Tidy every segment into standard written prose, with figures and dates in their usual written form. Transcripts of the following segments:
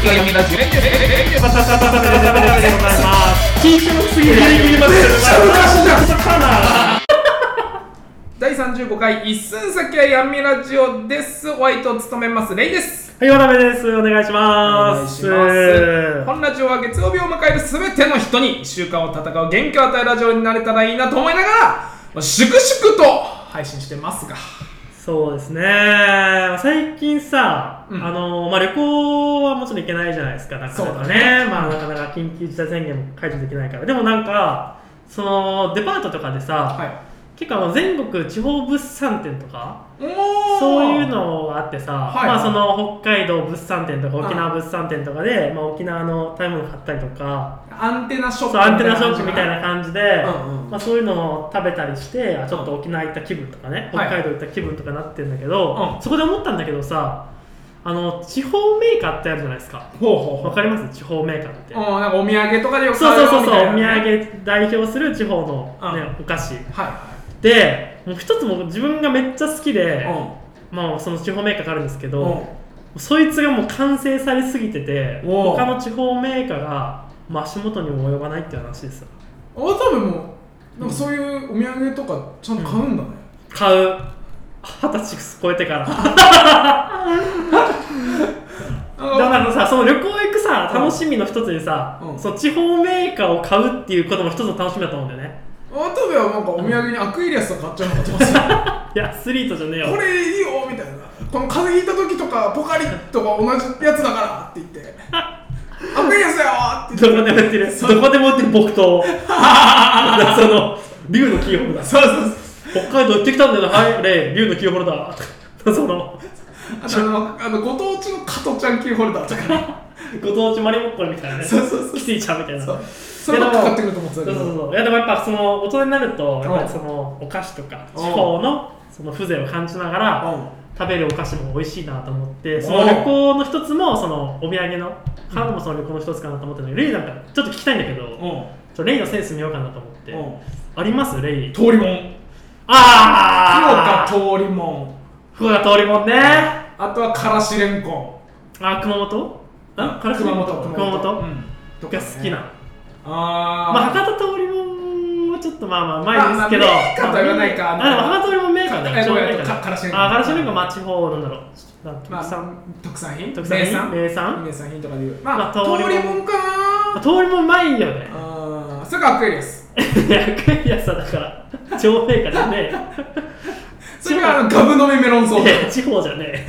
崎が読みラジオ緊張すぎる第35回一寸先は闇ラジオです。お相手を務めますレイです。 はい、渡辺です。お願いします。 本ラジオは月曜日を迎えるすべての人に1週間を戦う元気を与えるラジオになれたらいいなと思いながら粛々と配信してますが、 そうですね。最近さ、旅行はもちろん行けないじゃないですか。なかなかね。なかなか緊急事態宣言も解除できないから。でもなんかそのデパートとかでさ、結構全国地方物産展とかそういうのがあってさ、その北海道物産展とか沖縄物産展とかで、沖縄の食べ物買ったりとか、 アンテナショップみたいな感じで、そういうのを食べたりして、ちょっと沖縄行った気分とかね、北海道行った気分とかなってるんだけど、そこで思ったんだけどさ、地方メーカーってあるじゃないですか。わかります？地方メーカーって。 なんかお土産とかでよく買うよみたいな、 お土産代表する地方の、お菓子。で、もう一つも自分がめっちゃ好きで、その地方メーカーがあるんですけど、そいつがもう完成されすぎてて、他の地方メーカーが足元にも及ばないっていう話ですよ。 多分もなんかそういうお土産とかちゃんと買うんだね。 買う。20歳超えてからだからさ、その旅行行くさ、楽しみの一つにさ、その地方メーカーを買うっていうことも一つの楽しみだと思うんだよね。 渡部はなんかお土産にアクエリアスを買っちゃうのかと思ってますよいや、アスリートじゃねえよ。 これいいよみたいな、この風邪ひいた時とかポカリとか同じやつだからって言ってアクエリアスだよって言って、 どこでも売ってる、どこでも売ってる木刀その竜のキーホルダー、北海道行ってきたんだよな、はい、竜のキーホルダーそのご当地の加トちゃんキーホルダーとかご当地マリモッコリみたいなね、キティちゃんみたいな、 それがかかってくると思ってたけど、 いやでもやっぱその大人になるとやっぱりそのお菓子とか地方のその風情を感じながら食べるお菓子も美味しいなと思って、その旅行の一つもそのお土産のカードもその旅行の一つかなと思ってるので、レイなんかちょっと聞きたいんだけど、レイのセンス見ようかなと思って、ありますレイ？ 通りもん。福岡通りもん。 福岡通りもんね。 あとはからしれんこん。 熊本が好きな。博多通りもんはちょっとまあ前ですけど、 メーカーとは言わないか。 博多通りもんメーカーだよ。 からしれんこん。 からしれんこん、地方なんだろう。 特産品？ 名産品とかで言う。通りもんかな。 通りもんうまいよね。 それがアクエリアス。 アクエリアスはだから地方メーカーじゃねえ。 それがガブ飲みメロンソーダ。 地方じゃねえ。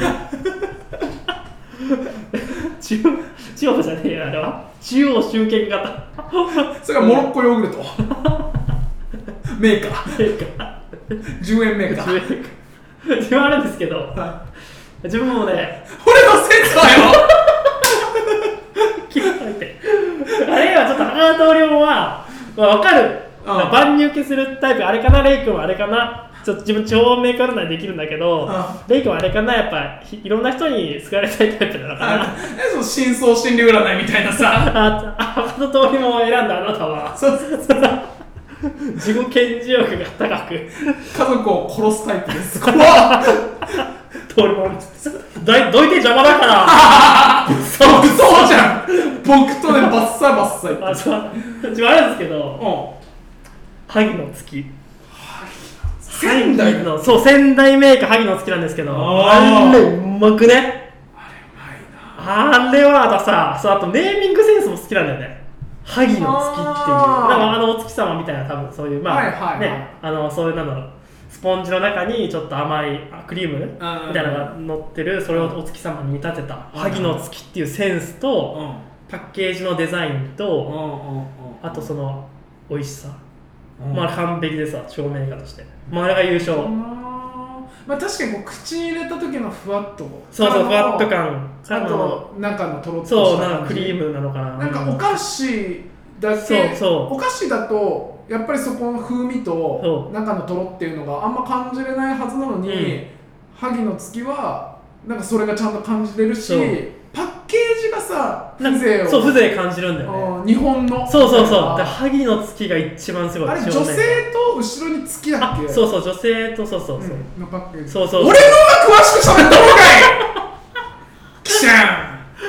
地方じゃねえよ、あれは中央集権型。 それがモロッコヨーグルトメーカー10円メーカー自分あるんですけど、自分もね、 俺のセンスだよ聞いてあれはちょっと博多通りもんは分かる、万人受けするタイプ、あれかな、レイ君はあれかな、ちょっと自分地方メーカーならできるんだけど、レイ君はあれかな、やっぱいろんな人に好かれたいタイプなのかな。 その深層心理占いみたいなさ博多通りもんを選んだあなたは自己顕示欲が高く家族を殺すタイプです。怖っ通りもんどいて邪魔だからそうじゃん、僕とねバッサイバッサイ自分あるんですけど、萩の月、仙台の仙台メーカー萩の月なんですけど、あれうまくね、あれはあとネーミングセンスも好きなんだよね。萩の月っていう、なんかお月様みたいな、多分そういうそういうなんだろう、スポンジの中にちょっと甘いクリームみたいなのが乗ってる、それをお月様に見立てた萩の月っていうセンスと、パッケージのデザインと、あとその美味しさ、完璧でさ、照明家として、あれが優勝。 確かにこう口に入れた時のふわっと、 ふわっと感、 あと中のとろっとした感じ、クリームなのかな、 なんかお菓子だけ、お菓子だとやっぱりそこの風味と中のとろっていうのがあんま感じれないはずなのに、萩の月はなんかそれがちゃんと感じれるし、パッケージがさ、風情感じるんだよね。 日本の萩の月が一番すごい。 あれ女性と後ろに月だっけ？ 女性とのパッケージ。 俺の方が詳しく喋った方がいい。キシャン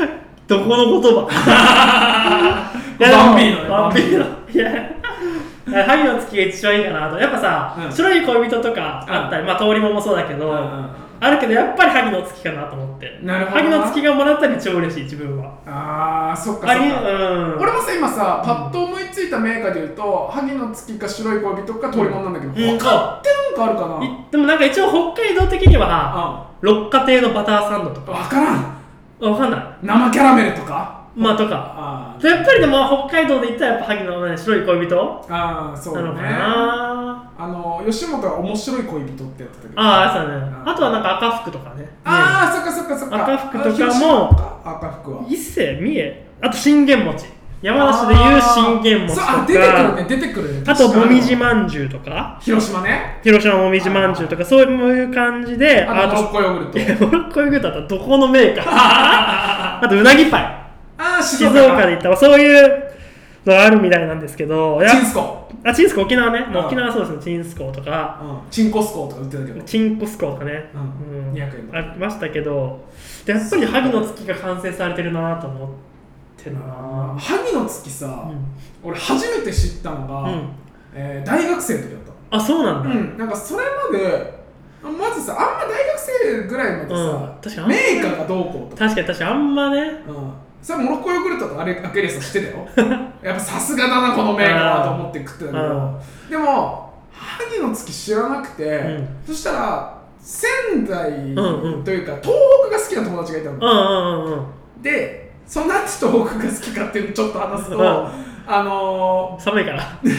どこの言葉バンビーノね。 バンビーノ。いや、萩の月が一番いいかなと。やっぱさ、白い恋人とかあったり、まあ通りももそうだけど、あるけどやっぱり萩の月かなと思って。 なるほど。 萩の月がもらったり超嬉しい、自分は。 ああ、そっかそっか。俺もさ、今さ、パッと思いついたメーカーで言うと、萩の月か白い恋人か通りもんなんだけど、他ってなんかあるかな。 でもなんか一応北海道的には、六花亭のバターサンドとか。 わからん。 わかんない。 生キャラメルとかまあとか。やっぱりでも北海道で言ったらやっぱ萩の、ね、白い恋人そうね。 なのかな。 吉本は面白い恋人ってやってたけど。 そうね。あとはなんか赤服とかね。 そっかそっかそっか。 赤服とかも、 赤服は。 伊勢、三重、あと信玄餅。山梨でいう信玄餅とか。 出てくるね。 あともみじまんじゅうとか。 広島ね。 広島もみじまんじゅうとか、そういう感じで。 あとモロッコヨーグルト。 モロッコヨーグルトだったらどこのメーカーあとうなぎパイ。静岡で行ったらそういうのがあるみたいなんですけど。 チンスコ。 チンスコ沖縄ね。沖縄はそうですね。チンスコとか。 チンコスコとか売ってたけど。 チンコスコとかね。 200円ありましたけど、やっぱり萩の月が完成されてるなと思ってな。 萩の月さ、俺初めて知ったのが大学生の時だった。 そうなんだ。 なんかそれまでまずさ、あんま大学生ぐらいまでさ、メーカーがどうこうとか。 確かにあんまね。 さ、モロッコヨーグルトとアケレス知ってたよ。やっぱさすがだなこのメーカーと思って食ってたけど、でも萩の月知らなくて、そしたら仙台というか東北が好きな友達がいたの。で、なんで東北が好きかっていうのをちょっと話すと、 寒いから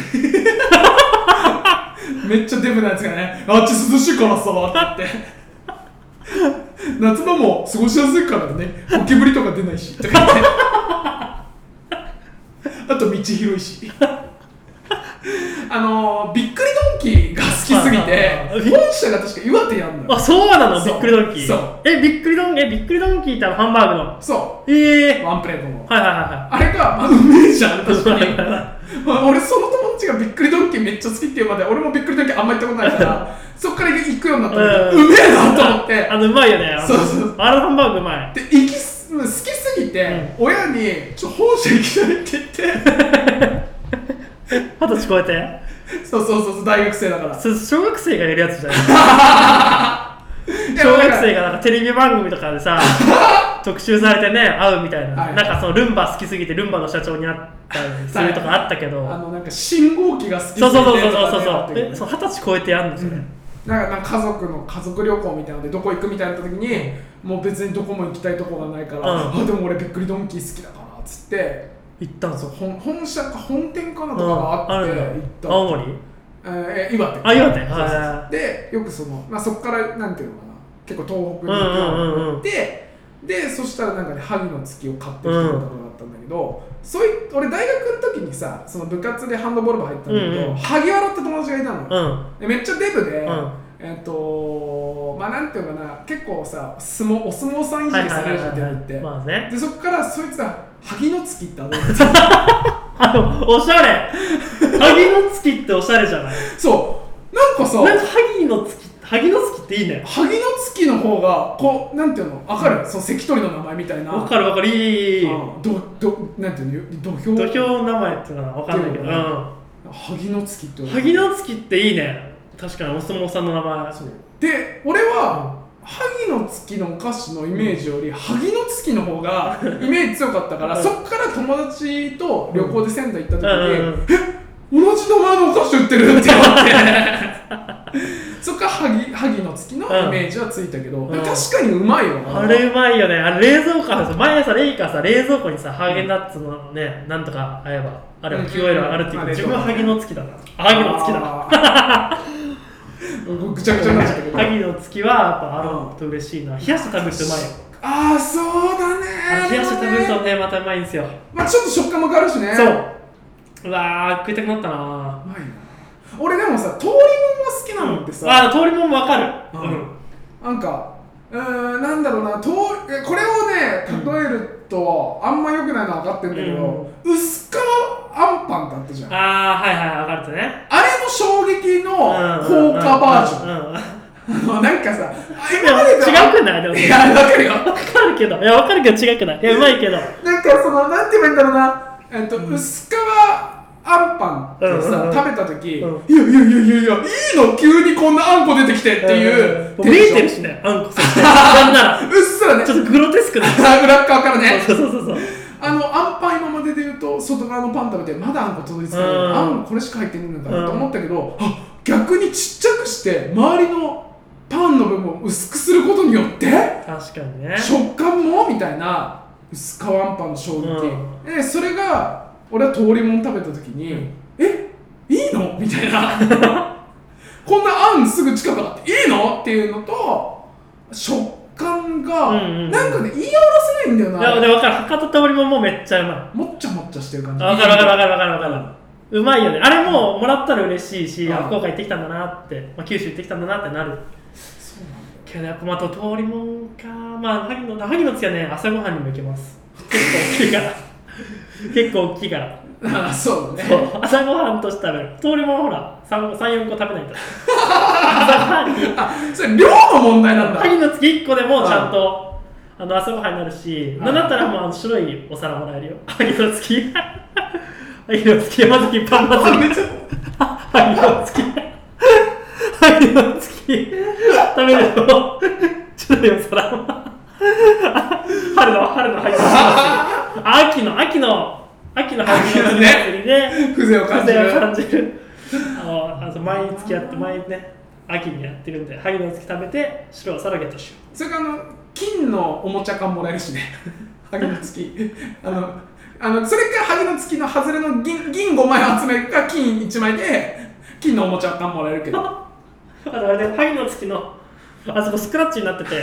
めっちゃデブなやつがね、あっち涼しいからさって言って夏場も過ごしやすいからね、ゴキブリとか出ないしとか言ってあと道広いしびっくりドンキーが好きすぎて本社が確か岩手やんの。 そうなの。びっくりドンキー。びっくりドンキーってハンバーグの。 そう。ワンプレートの。あれがうめえじゃん確かに俺その友達がびっくりドンキーめっちゃ好きっていうまで俺もびっくりドンキーあんま行ったことないからそっから行くようになったらうめえなと思って。 うまいよね。 そうあのハンバーグうまい。 で好きすぎて親に本社行きたいって言って 20歳超えて。 そう大学生だから。 小学生がやるやつじゃない小学生がなんかテレビ番組とかでさ特集されてね会うみたいな、なんかそのルンバ好きすぎてルンバの社長に会ったりするとかあったけど、 なんか信号機が好きすぎてそう20歳超えてやんのそれ、 なんか家族旅行みたいなのでどこ行くみたいな時にもう別にどこも行きたいとこがないから、でも俺びっくりドンキー好きだからっつって行ったんですよ。 本社か本店かなとかがあって行った。 青森？ 岩手。 岩手。 でよくそっからなんていうのかな、結構東北に行ってでそしたらなんかね萩の月を買ってきてくれたことがあったんだけど、俺大学の時にさその部活でハンドボール部入ったんだけど、萩原って友達がいたの。めっちゃデブで。なんていうのかな、結構さお相撲さんいじりされるじゃんって言って、でそこからそいつが萩の月っておしゃれ萩の月っておしゃれじゃない？ そうなんかさ萩の月っていいね。 萩の月の方がこうなんていうの分かる、その関取の名前みたいな。 分かるいい。 なんていうの土俵名前っていうのは分かんないけど、 萩の月って萩の月っていいね。確かにお相撲さんの名前。 で俺は萩の月のお菓子のイメージより萩の月の方がイメージ強かったからそっから友達と旅行で仙台行った時に同じ名前のお菓子売ってるって思ってそっから萩の月のイメージはついたけど、確かにうまいよな。 あれうまいよね。あれ冷蔵庫毎朝レイカーさ冷蔵庫にさハーゲンダッツのねなんとかあればQOL 上がるっていう、自分は萩の月だな。萩の月だぐちゃぐちゃになっちゃったけど萩の月はやっぱあると嬉しいな。冷やして食べるとうまいよ。 そうだね。 冷やして食べるとねまたうまいんですよ。 ちょっと食感も変わるしね。 うわ食いたくなったな。うまいな。俺でもさ通りもんが好きなのってさ、 通りもんもわかる。 なんかなんだろうな、これをね例えるとあんま良くないのは分かってんだけど、薄皮あんパンってあったじゃん。 はい分かるとね。 あれの衝撃の高価バージョン。 なんかさ違くないでも、 いや分かるよ、 分かるけど、いや分かるけど違くない、いやうまいけど、 なんかそのなんて言えばいいんだろうな、薄皮あんパンってさ、食べた時、いやいいの急にこんなあんこ出てきてっていう、 見えてるしね、あんこそしてなんならうっすらね、 ちょっとグロテスクな裏側からね、 そうあんパン今までで言うと外側のパン食べてまだあんこ届いてたけど、あんこれしか入ってないのかなと思ったけど、逆にちっちゃくして周りのパンの部分を薄くすることによって確かにね、 食感もみたいな薄皮あんパンの衝撃、でそれが俺は通りもん食べた時に、いいのみたいなこんなあんすぐ近くだっていいのっていうのと、食感がなんかね言い表せないんだよな。 いやで分かる、博多通りももうめっちゃうまい、 もっちゃもっちゃしてる感じ、 分かるうまいよね、あれももらったら嬉しいし、福岡行ってきたんだなって、九州行ってきたんだなってなる。 そうなんだけどやっぱまた通りもんか、萩の月はね、朝ごはんにも行けます。結構大きいから結構大きいから。 そうだね。 そう、朝ごはんとして食べる。通りもんほら、3、4個食べないと。朝ごはんに。 それ量の問題なんだ。 萩の月1個でもちゃんと朝ごはんになるし、なんだったらもう白いお皿もらえるよ。萩の月。萩の月、山崎パン祭り。萩の月。萩の月。食べると、白いお皿も。春の萩の月。秋の萩の祭りで風情を感じる。 毎月やって、毎ね、秋にやってるんで、萩の月食べて白いお皿ゲットしよう。 それから金のおもちゃ缶もらえるしね。萩の月。それか萩の月の外れの銀5枚集めるか金1枚で金のおもちゃ缶もらえるけど。 あとあれで萩の月のあそこスクラッチになってて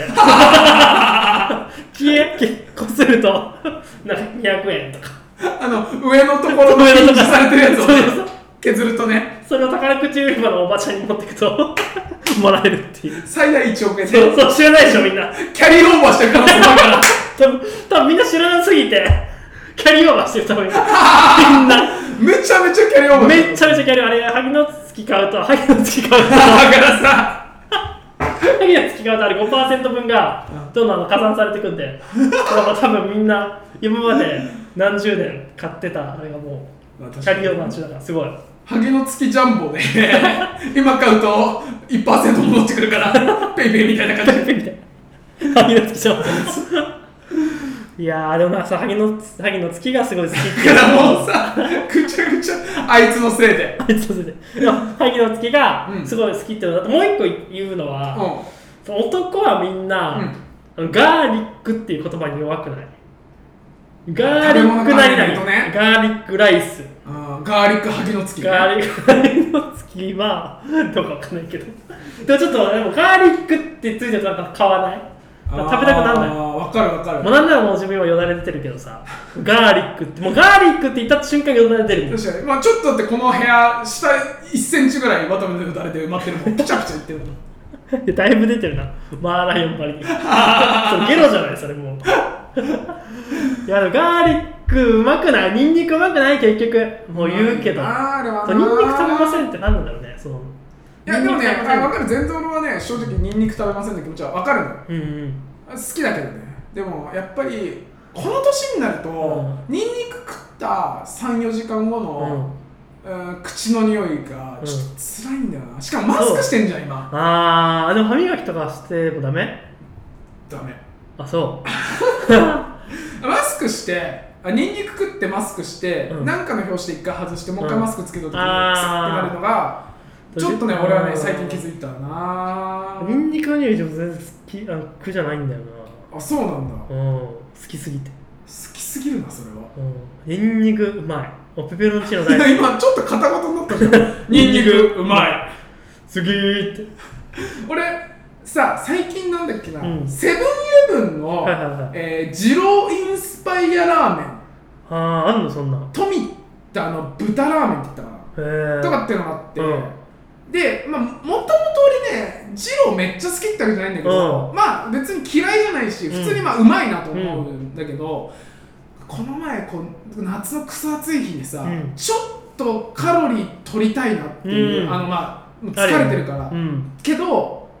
こするとなんか200円とか上のところの印字されてるやつを削るとね、 それを宝くじ売り場のおばちゃんに持っていくともらえるっていう、 最大1億円で、そう知らないでしょみんな、 キャリーオーバーしてる可能性もあるから多分みんな知らなすぎてキャリーオーバーしてる、多分みんなめちゃめちゃキャリーオーバー、 めちゃめちゃキャリー、あれ萩の月買うとだからさ萩の月買うとあれ 5% 分がどんどん加算されていくんで、多分みんな今まで何十年買ってたあれがもうキャリーオーバー中だからすごい。 萩の月ジャンボで今買うと 1% 戻ってくるからペイペイみたいな感じで萩の月ジャンボいやーでもなんかさ、萩の月がすごい好きっていうからもうさ、ぐちゃぐちゃあいつのせいででも萩の月がすごい好きっていうのだと、もう一個言うのは、男はみんな、ガーリックっていう言葉に弱くない？ガーリック何々、ガーリックライス、 ガーリック萩の月、 ガーリック萩の月はどうかわかんないけどでもちょっとでもガーリックってついてるとなんか買わない？食べたくなんない。 わかるわかる。 もうなんならもう自分はよだれ出てるけどさ、ガーリックってもうガーリックって言った瞬間よだれ出るもん。 確かに、まあちょっとだってこの部屋下1センチぐらい渡辺のよだれで埋まってるもん。ピチャピチャいってるの。 だいぶ出てるな。マーライオンバリに。それゲロじゃないそれもう。いやでもガーリックうまくない？ニンニクうまくない？結局もう言うけど。ニンニク食べませんって何なんだろうね。 いやでもね、分かる、全然俺はね、正直ニンニク食べませんの気持ちは分かるの、好きだけどね。でもやっぱりこの年になると、ニンニク食った3、4時間後の、口の匂いがちょっと辛いんだよな。しかもマスクしてんじゃん今。 でも歯磨きとかしてもダメ？ ダメ。 あ、そうマスクしてニンニク食ってマスクして、なんかの表紙で一回外してもう一回マスクつけた時にクサッてなるのがちょっとね、俺はね、最近気づいたな。 ニンニクの匂い全然苦じゃないんだよな。 あ、そうなんだ。 好きすぎて。 好きすぎるな、それは。 ニンニクうまい。ペペロンチーノ大好き。 今ちょっと片言になったじゃん。ニンニクうまい。 すげーって。 俺さ、最近なんだっけな、セブンイレブンの二郎インスパイアラーメン。 あんのそんな。 トミって豚ラーメンって言ったかな。とかっていうのがあって。で、まあ、もともと俺ね、二郎めっちゃ好きってわけじゃないんだけど、まあ別に嫌いじゃないし、普通にまあうまいなと思うんだけど、この前夏のクソ暑い日にさ、ちょっとカロリー取りたいなっていう、まあ疲れてるから、けど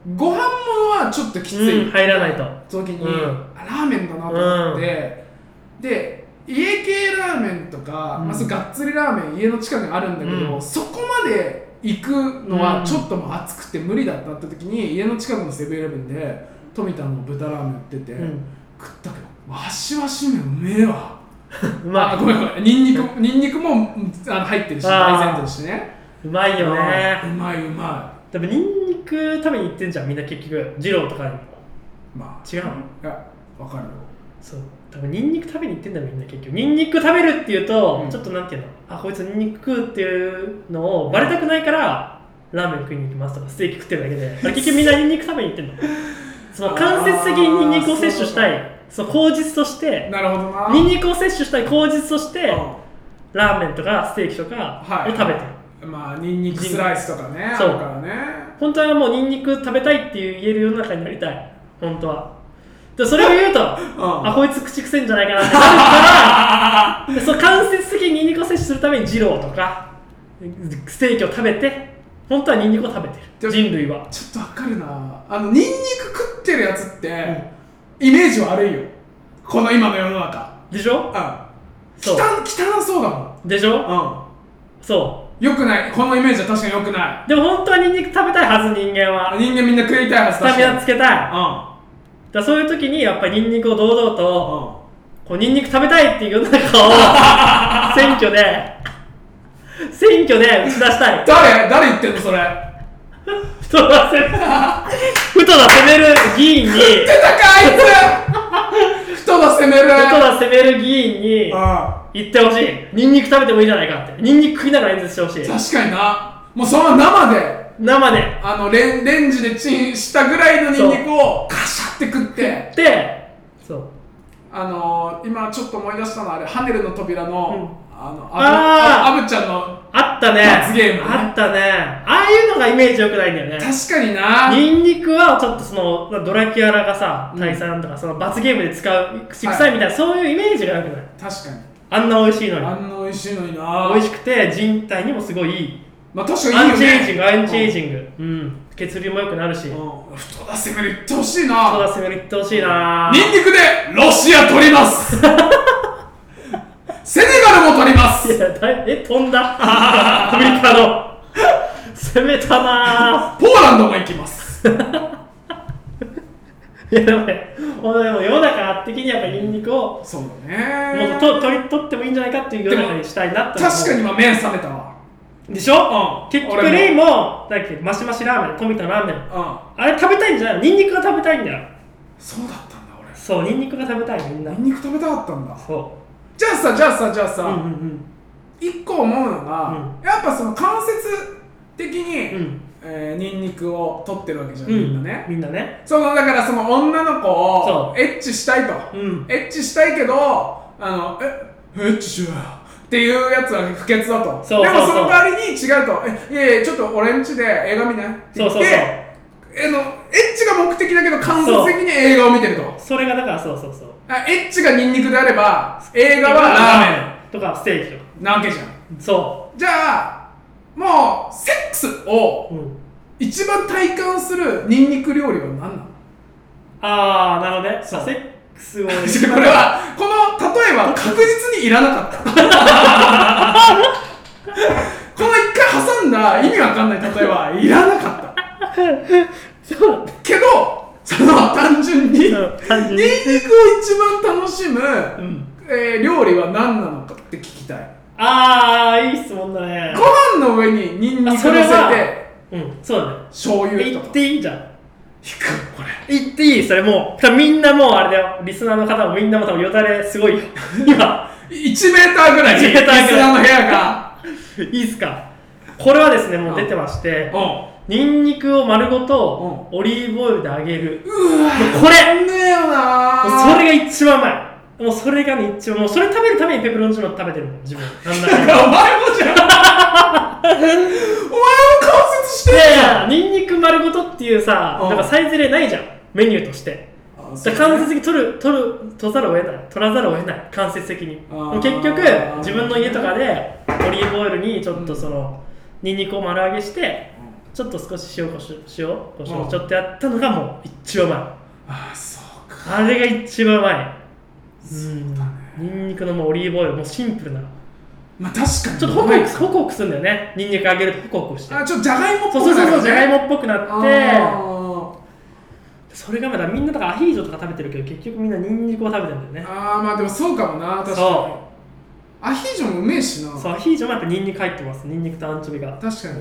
ご飯ものはちょっときつい、 入らないと時に、ラーメンだなと思って、で家系ラーメンとか、そうがっつりラーメン家の近くにあるんだけど、そこまで行くのはちょっともう暑くて無理だったって時に家の近くのセブンイレブンで富田の豚ラーメン売ってて、食ったけどわし麺うめえわごめんニンニクも入ってるし大前提してね、 うまいよね。 うまい多分ニンニク食べに行ってんじゃんみんな結局二郎とかにも。違うの？ いや分かるよ。 そう多分ニンニク食べに行ってんだよみんな結局。ニンニク食べるっていうと、ちょっとなんていうの、こいつニンニク食うっていうのをバレたくないからラーメン食いに行きますとかステーキ食ってるだけで、結局みんなニンニク食べに行ってんの。その間接的にニンニクを摂取したい、その口実として、 なるほどな、 ニンニクを摂取したい口実として、ラーメンとかステーキとかを食べてる。 ニンニクスライスとかね、あるからね。本当はもうニンニク食べたいって言える世の中になりたい、本当は。でそれを言うと、こいつ口くせんじゃないかなってなるからそう間接的にニンニクを摂取するために二郎とかステーキを食べて、本当はニンニクを食べてる人類は。 ちょっとわかるな。ニンニク食ってるやつって、イメージ悪いよ、この今の世の中でしょ。 汚そうだもんでしょ。そうよくない、このイメージは確かによくない。 でも本当はニンニク食べたいはず、人間は。 人間みんな食いたいはず。 スタミナつけたい。だそういう時にやっぱりニンニクを堂々と、こうニンニク食べたいっていう世の中を選挙で打ち出したい。 誰言ってんのそれ。 ふとだ攻める議員に。 食ってたかあいつ。ふとだ攻める議員に言ってほしい。ニンニク食べてもいいじゃないかって。ニンニク食いながら演説してほしい。 確かにな。もうその生でレンジでチンしたぐらいのニンニクをカシャって食ってそう今ちょっと思い出したのはハネルの扉の、アブちゃんのあったね罰ゲーム、 あったね。ああいうのがイメージ良くないんだよね。 確かにな。 ニンニクはちょっとそのドラキュラがさ、退散とかその罰ゲームで使う口臭いみたいな、そういうイメージが良くない。 確かにあんな美味しいのにな。 美味しくて人体にもすごいいい。 確かにいいよね。 アンチエイジング、血流も良くなるし。 太田攻める言ってほしいな。ニンニクでロシア取りますセネガルも取ります。 飛んだアメリカの攻めたな。 ポーランドも行きますいやでもね、世の中的にやっぱりニンニクをそうだね、 もっと取ってもいいんじゃないかっていう世の中にしたいなって。 確かに今目覚めたわ。 でしょ、結局レイもマシマシラーメン、富田ラーメン、あれ食べたいんじゃないの。ニンニクが食べたいんだよ。 そうだったんだ俺。 そう、ニンニクが食べたい。みんなニンニク食べたかったんだ。 そうじゃあさ、一個思うのが、やっぱその間接的に、ニンニクを取ってるわけじゃん、みんなね。だからその女の子をエッチしたいと、エッチしたいけどエッチしようよっていうやつは不潔だと。でもその代わりに違うと、いやいやちょっと俺んちで映画見ないって言って、エッチが目的だけど間接的に映画を見てると。 それがだからエッチがニンニクであれば映画はラーメンとかステーキとかなわけじゃん。 じゃあもうセックスを一番体感するニンニク料理は何なの？ なるほどね。セックスをこれはこの例えば確実にいらなかったこの一回挟んだ意味わかんない例えはいらなかったそうけど単純にニンニクを一番楽しむ、料理は何なのかって聞きたい。 いい質問だね。 ご飯の上にニンニク乗せて、 そうだね。 醤油とか言っていいじゃん。 これ言っていい。それもうみんなもうあれだよ。リスナーの方もみんなも多分よだれすごいよ今 1メーターぐらいリスナーの部屋がいいっすか。これはですね、もう出てまして、ニンニクを丸ごとオリーブオイルで揚げる。これねえよな。 それが一番うまい。もうそれがね一番、もうそれ食べるためにペペロンチーノ食べてるもん自分。なんだかお前もじゃんお前も関節してるじゃん。 ニンニク丸ごとっていうさ、なんかサイズ例ないじゃんメニューとして。間接的に取らざるを得ない間接的に。結局自分の家とかでオリーブオイルにちょっとそのニンニクを丸揚げしてちょっと少し塩コショウちょっとやったのがもう一番うまい。 ああそうか。 あれが一番うまい。 そうだね。 ニンニクのもうオリーブオイルもうシンプルな。 まあ確かにちょっとホクホクするんだよね。ニンニクあげるとホクホクして。 あちょっとじゃがいもっぽくなる、 そうじゃがいもっぽくなって。それがまだみんなだからアヒージョとか食べてるけど結局みんなニンニクを食べてるんだよね。 ああまあでもそうかもな、確かに。アヒージョもうめえしな。 そうアヒージョもやっぱニンニク入ってます。ニンニクとアンチョビが。 確かに。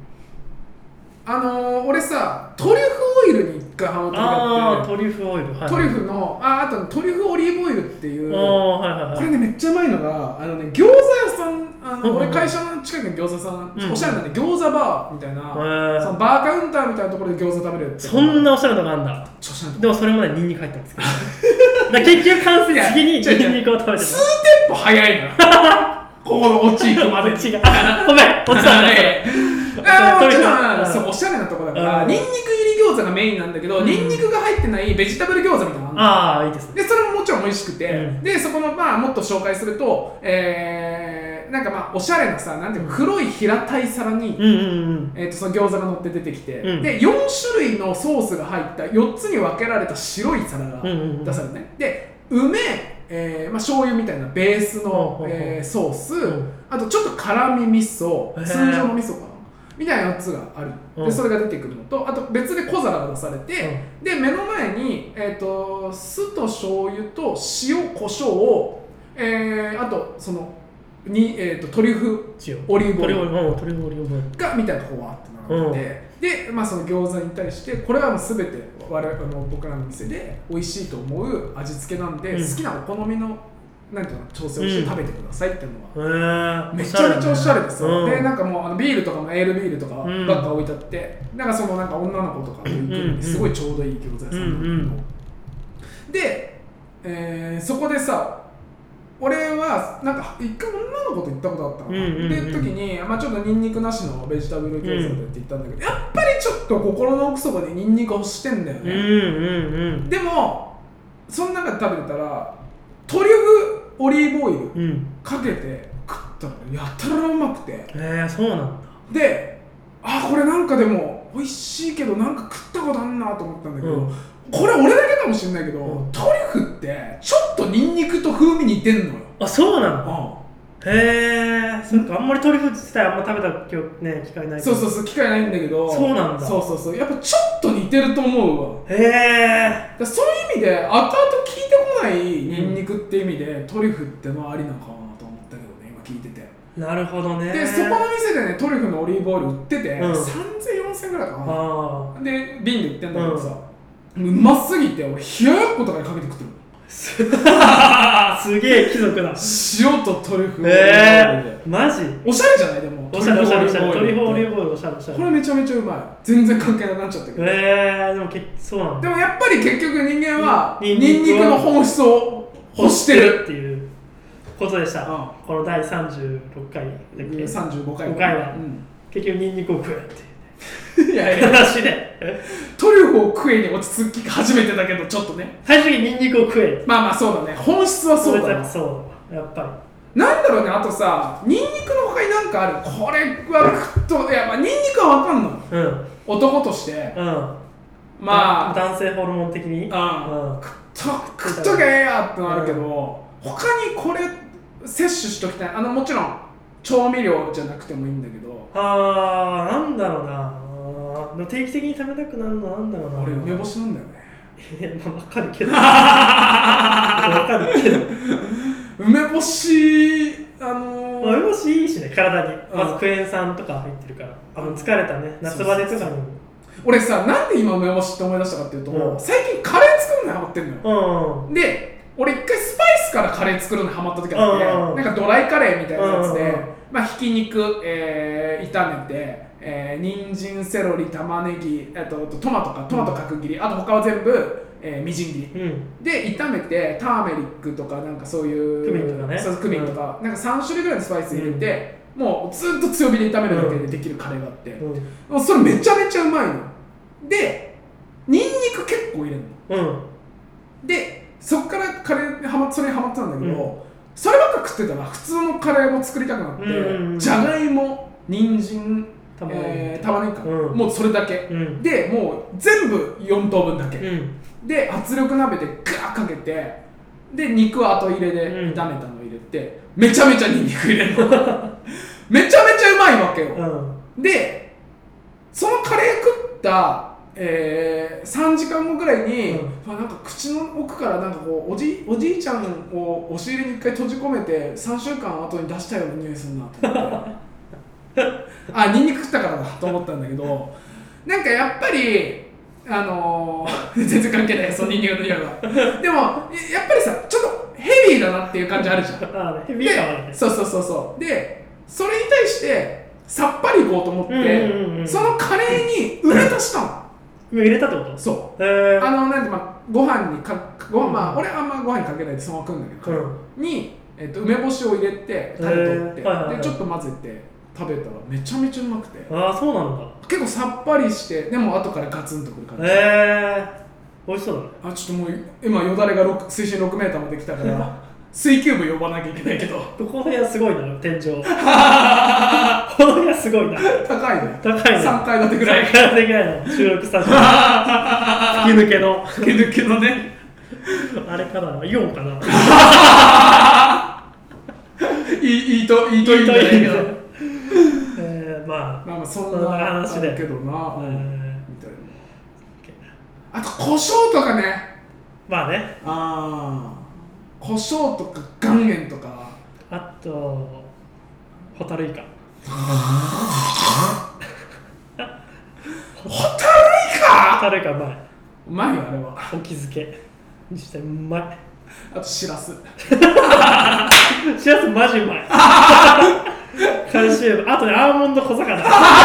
俺さトリュフオイルに一回ハマった時があって。 トリュフオイル、 トリュフのあとトリュフオリーブオイルっていう、 これねめっちゃうまいのが餃子屋さん、俺会社の近くに餃子さん、おしゃれなね餃子バーみたいな、そのバーカウンターみたいなところで餃子食べれるって。 そんなおしゃれなのがあるんだ。でもそれもねニンニク入ってますから結局完成次にニンニクを食べてる。 数店舗早いのここの落ち行くまで。 ごめん落ちたね。 もちろんそうおしゃれなとこだからニンニク入り餃子がメインなんだけど、ニンニクが入ってないベジタブル餃子みたいなのある。いいですね。 でそれももちろん美味しくて、でそこのまあもっと紹介すると、なんかまあおしゃれなさ、なんていうの、黒い平たい皿にその餃子が乗って出てきて、で4種類のソースが入った4つに分けられた白い皿が出されるね。で梅、醤油みたいなベースのソース、あとちょっと辛味味噌、通常の味噌かなみたいなやつがある。でそれが出てくるのと、あと別で小皿が出されて、で目の前に酢と醤油と塩コショウを、あとそのにトリュフオリーブオイルがみたいなこうわって並んでて、でまあその餃子に対してこれはもう全て僕らの店で美味しいと思う味付けなんで、好きなお好みのなんていうの調整をして食べてくださいっていうのが、めちゃめちゃおしゃれですよ。でなんかもうビールとかもエールビールとかばっか置いてあって、なんかそのなんか女の子とかと行くのにすごいちょうどいい餃子屋さんなんだけど、で、そこでさ俺はなんか一回女の子と行ったことあったので時に、まあ、ちょっとニンニクなしのベジタブル餃子でって言ったんだけど、やっぱりちょっと心の奥底でニンニク欲してんだよね。でもその中で食べてたらトリュフオリーブオイルかけて食ったらやたらうまくて、 そうなんだ。 でこれなんかでも美味しいけどなんか食ったことあんなと思ったんだけど、これ俺だけかもしれないけど、トリュフってちょっとニンニクと風味似てんのよ。 そうなの。そっか、あんまりトリュフ自体あんま食べたね機会ない。 そう機会ないんだけど。そうなんだ。そうやっぱちょっと似てると思うわ。そういう意味で後々効いてこないニンニクっていう意味で、トリュフってのはありなのかなと思ったけどね、今聞いてて。 なるほどね。 でそこの店でねトリュフのオリーブオイル売ってて、3000、4000ぐらいかな。で瓶で売ってんだけどさ、うますぎて俺冷ややっことかにかけて食ってる。 すげえ貴族だ。 塩とトリュフマジおしゃれじゃない？でもおしゃれトリュフオリーブオイルおしゃれ。 これめちゃめちゃうまい。全然関係なくなっちゃったけど。 でもそうなんだ。 でもやっぱり結局人間はニンニクの本質を欲してるっていうことでした。この第36回だっけ 35回は結局ニンニクを食えっていや話でトリュフを食えに落ち着き始めてたけどちょっとね、 最終的にニンニクを食え。 まあそうだね、本質はそうだな。 そうやっぱりなんだろうね。あとさニンニクの他になんかある？これは食っと、いやまあニンニクは分かんの、男として、まあ男性ホルモン的に食っとけやってのあるけど、他にこれ摂取しときたい。もちろん調味料じゃなくてもいいんだけど、 なんだろうな。定期的に食べたくなるのなんだろうな。 俺梅干しなんだよね。 分かるけど分かるけど梅干し梅干しいいしね、体に。まずクエン酸とか入ってるから、疲れたね夏バテとかにも。俺さ、なんで今梅干しって思い出したかっていうと、最近カレー作るのにハマってんのよ。で俺一回スパイスからカレー作るのにハマった時あって、なんかドライカレーみたいなやつで、ひき肉、炒めて、人参、セロリ、玉ねぎ、トマト角切り、あと他は全部、みじん切り、で炒めてターメリックとかなんかそういうクミンとかね、 クミンとかなんか3種類ぐらいのスパイス入れて、もうずっと強火で炒めるだけでできるカレーがあって、それめちゃめちゃうまいので、ニンニク結構入れるの、でそっからカレーそれにハマってたんだけど、そればっか食ってたら普通のカレーも作りたくなって、じゃがいも、人参、 玉ねぎか、もうそれだけ、でもう全部4等分だけ、で圧力鍋でガーッかけて、で肉は後入れで炒めたの入れて、めちゃめちゃニンニク入れるのめちゃめちゃうまいわけよ、でそのカレー食った、3時間後ぐらいに、なんか口の奥からなんかこうおじいちゃんを押し入れに1回閉じ込めて3週間後に出したような匂いするなと思ってあ、ニンニク食ったからだと思ったんだけど、なんかやっぱり全然関係ないそのニンニクの匂いはでもやっぱりさ、ちょっとヘビーだなっていう感じあるじゃんヘビー感あるね。 そうで、それに対してさっぱりいこうと思って、そのカレーに梅足したの。 入れたってこと？ そう。なんてご飯に俺あんまご飯にかけないでそのまま食うんだけど、に梅干しを入れてタレ取って、でちょっと混ぜて食べたらめちゃめちゃうまくて。 ああ、そうなんだ。 結構さっぱりして、でも後からガツンとくる感じ。 美味しそうだね。 ちょっともう今よだれが水深6メーターまで来たから水球部呼ばなきゃいけないけどこの部屋すごいな、天井この部屋すごいな。 高いね。 3 階建てぐらい。 3階建てぐらいの収録スタジオ吹き抜けのねあれかな、イオンかな。 いいといいんじゃないけどまあそんな話だけどな、みたいな。あと胡椒とかね。 まあね。 胡椒とか岩塩とか、 あとホタルイカ。 ホタルイカうまい。 うまいよあれは。 お気づけにしてうまい。 あとしらすマジうまいカルシウム。あとね、アーモンド小魚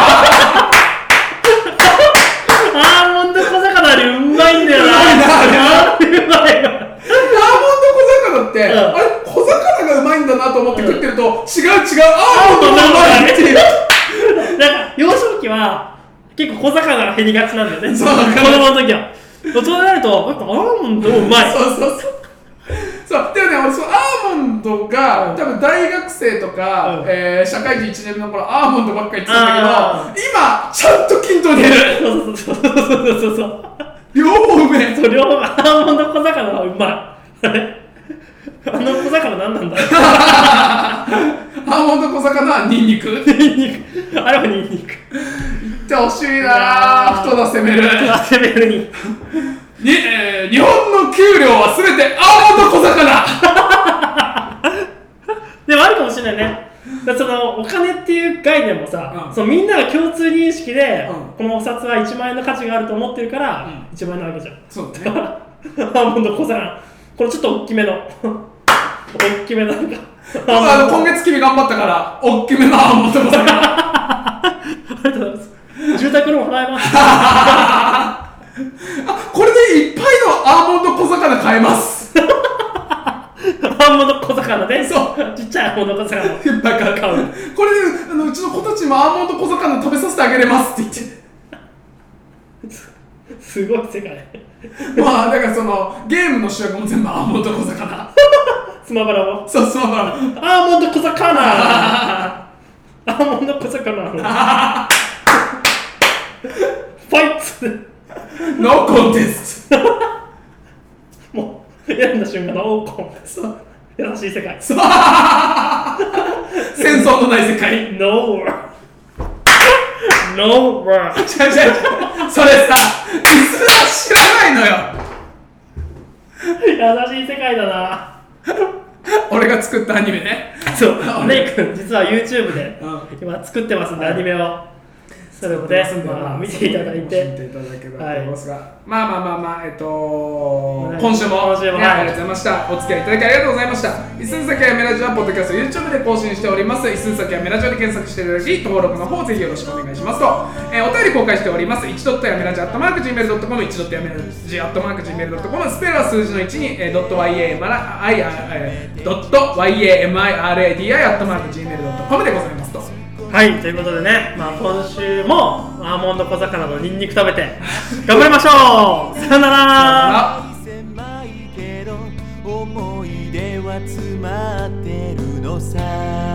アーモンド小魚あれうまいんだよな。あれうまいよ。 アーモンド小魚って、あれ小魚がうまいんだなと思って食ってると、違うアーモンドがうまいっていうなんか幼少期は結構小魚が減りがちなんだよね。子供の時は。大人になるとやっぱアーモンドうまい。 そうでもね、俺そのアーモンドが、多分大学生とか、社会人1年目の頃アーモンドばっかり言ってたんだけど、今ちゃんと均等に減る。 そう両方うめえ。 両方。アーモンド小魚はうまい。あの小魚何なんだろう。 アーモンド小魚はニンニク。 あれはニンニク。 言ってほしいなぁ。太田攻めるに日本の給料は全てアーモンド小魚でもあるかもしれないね。そのお金っていう概念もさ、そのみんなが共通認識で、このお札は1万円の価値があると思ってるから、1万円なわけじゃん。 そうだね。 アーモンド小魚、これちょっと大きめの大きめなんか今月君頑張ったから大きめのアーモンド小魚ありがとうございます。住宅ローン払えますこれでいっぱいのアーモンド小魚買えますアーモンド小魚で、そうちっちゃいアーモンド小魚いっぱい買う。これでうちの子たちもアーモンド小魚食べさせてあげれますって言ってすごい世界だからそのゲームの主役も全部アーモンド小魚スマブラも。 そう、スマブラアーモンド小魚アーモンド小魚ファイツノーコンテストもう選んだ瞬間のオーコン。優しい世界。 戦争のない世界。 ノーワー。 違う。それさ、リスナー知らないのよ。 優しい世界だな。 俺が作ったアニメね。 そう、レイ君実は YouTube で今作ってますんで、アニメを。それもね、見ていただいて、 見ていただければと思いますが、今週も、ありがとうございました。お付き合いいただきありがとうございました。一寸先はメラジオはポッドキャスト YouTube で更新しております。一寸先はメラジオで検索していただき、登録の方ぜひよろしくお願いしますと、お便り公開しております。1ドットやメラジオ@gmail.com、1ドットやメラジオ@gmail.com、スペルは数字の1にドット yamradi@gmail.com でございますと。 はい、ということでね、今週もアーモンド小魚のニンニク食べて頑張りましょう。さよなら。思い出は詰まってるのさ。